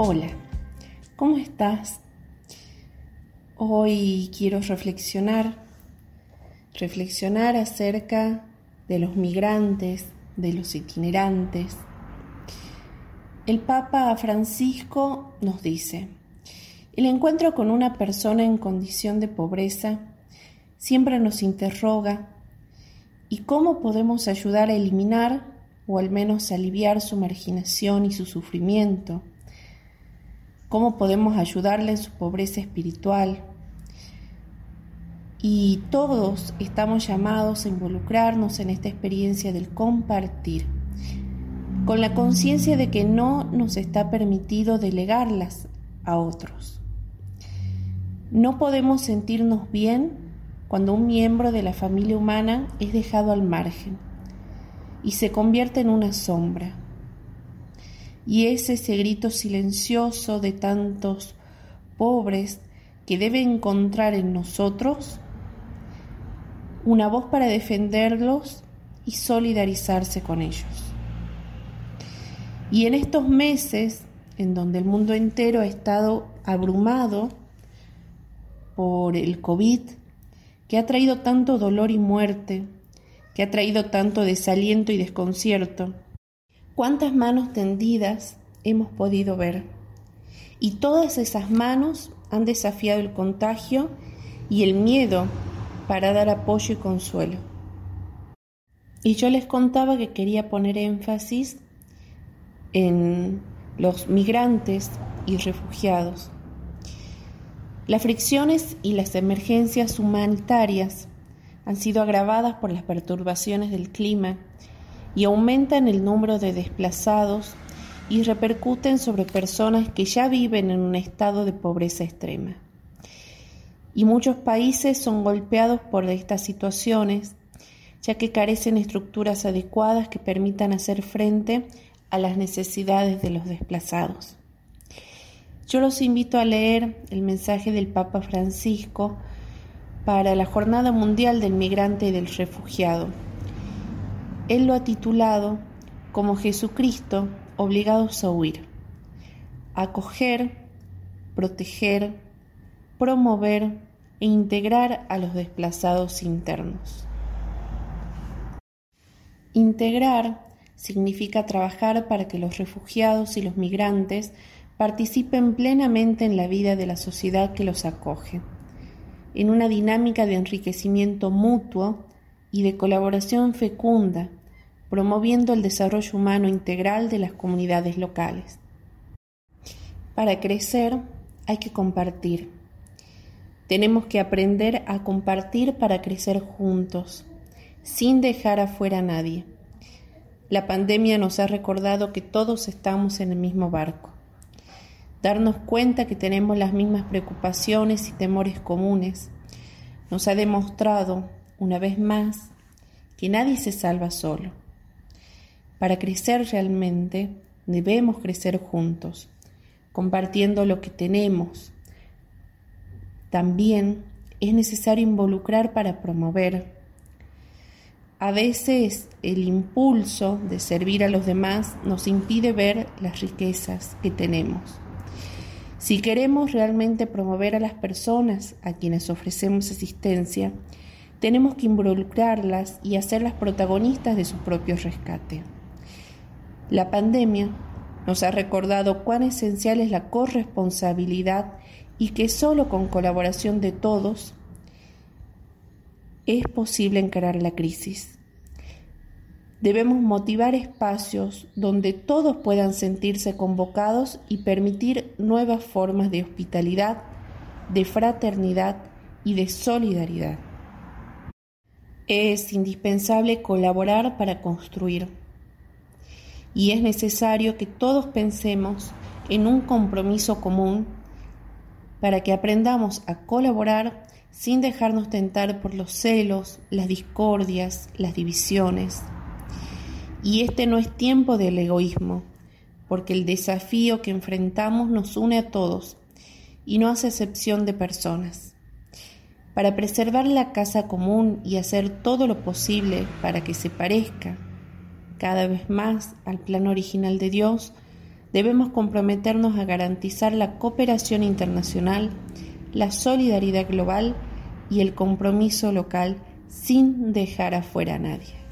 Hola, ¿cómo estás? Hoy quiero reflexionar acerca de los migrantes, de los itinerantes. El Papa Francisco nos dice: el encuentro con una persona en condición de pobreza siempre nos interroga ¿y cómo podemos ayudar a eliminar o al menos aliviar su marginación y su sufrimiento? ¿Cómo podemos ayudarle en su pobreza espiritual? Y todos estamos llamados a involucrarnos en esta experiencia del compartir, con la conciencia de que no nos está permitido delegarlas a otros. No podemos sentirnos bien cuando un miembro de la familia humana es dejado al margen y se convierte en una sombra. Y es ese grito silencioso de tantos pobres que debe encontrar en nosotros una voz para defenderlos y solidarizarse con ellos. Y en estos meses en donde el mundo entero ha estado abrumado por el COVID, que ha traído tanto dolor y muerte, que ha traído tanto desaliento y desconcierto, ¿cuántas manos tendidas hemos podido ver? Y todas esas manos han desafiado el contagio y el miedo para dar apoyo y consuelo. Y yo les contaba que quería poner énfasis en los migrantes y refugiados. Las fricciones y las emergencias humanitarias han sido agravadas por las perturbaciones del clima y aumentan el número de desplazados y repercuten sobre personas que ya viven en un estado de pobreza extrema. Y muchos países son golpeados por estas situaciones, ya que carecen estructuras adecuadas que permitan hacer frente a las necesidades de los desplazados. Yo los invito a leer el mensaje del Papa Francisco para la Jornada Mundial del Migrante y del Refugiado. Él lo ha titulado como Jesucristo obligados a huir, acoger, proteger, promover e integrar a los desplazados internos. Integrar significa trabajar para que los refugiados y los migrantes participen plenamente en la vida de la sociedad que los acoge, en una dinámica de enriquecimiento mutuo y de colaboración fecunda, promoviendo el desarrollo humano integral de las comunidades locales. Para crecer hay que compartir. Tenemos que aprender a compartir para crecer juntos, sin dejar afuera a nadie. La pandemia nos ha recordado que todos estamos en el mismo barco. Darnos cuenta que tenemos las mismas preocupaciones y temores comunes nos ha demostrado, una vez más, que nadie se salva solo. Para crecer realmente, debemos crecer juntos, compartiendo lo que tenemos. También es necesario involucrar para promover. A veces el impulso de servir a los demás nos impide ver las riquezas que tenemos. Si queremos realmente promover a las personas a quienes ofrecemos asistencia, tenemos que involucrarlas y hacerlas protagonistas de su propio rescate. La pandemia nos ha recordado cuán esencial es la corresponsabilidad y que solo con colaboración de todos es posible encarar la crisis. Debemos motivar espacios donde todos puedan sentirse convocados y permitir nuevas formas de hospitalidad, de fraternidad y de solidaridad. Es indispensable colaborar para construir y es necesario que todos pensemos en un compromiso común para que aprendamos a colaborar sin dejarnos tentar por los celos, las discordias, las divisiones. Y este no es tiempo del egoísmo, porque el desafío que enfrentamos nos une a todos y no hace excepción de personas. Para preservar la casa común y hacer todo lo posible para que se parezca cada vez más al plan original de Dios, debemos comprometernos a garantizar la cooperación internacional, la solidaridad global y el compromiso local sin dejar afuera a nadie.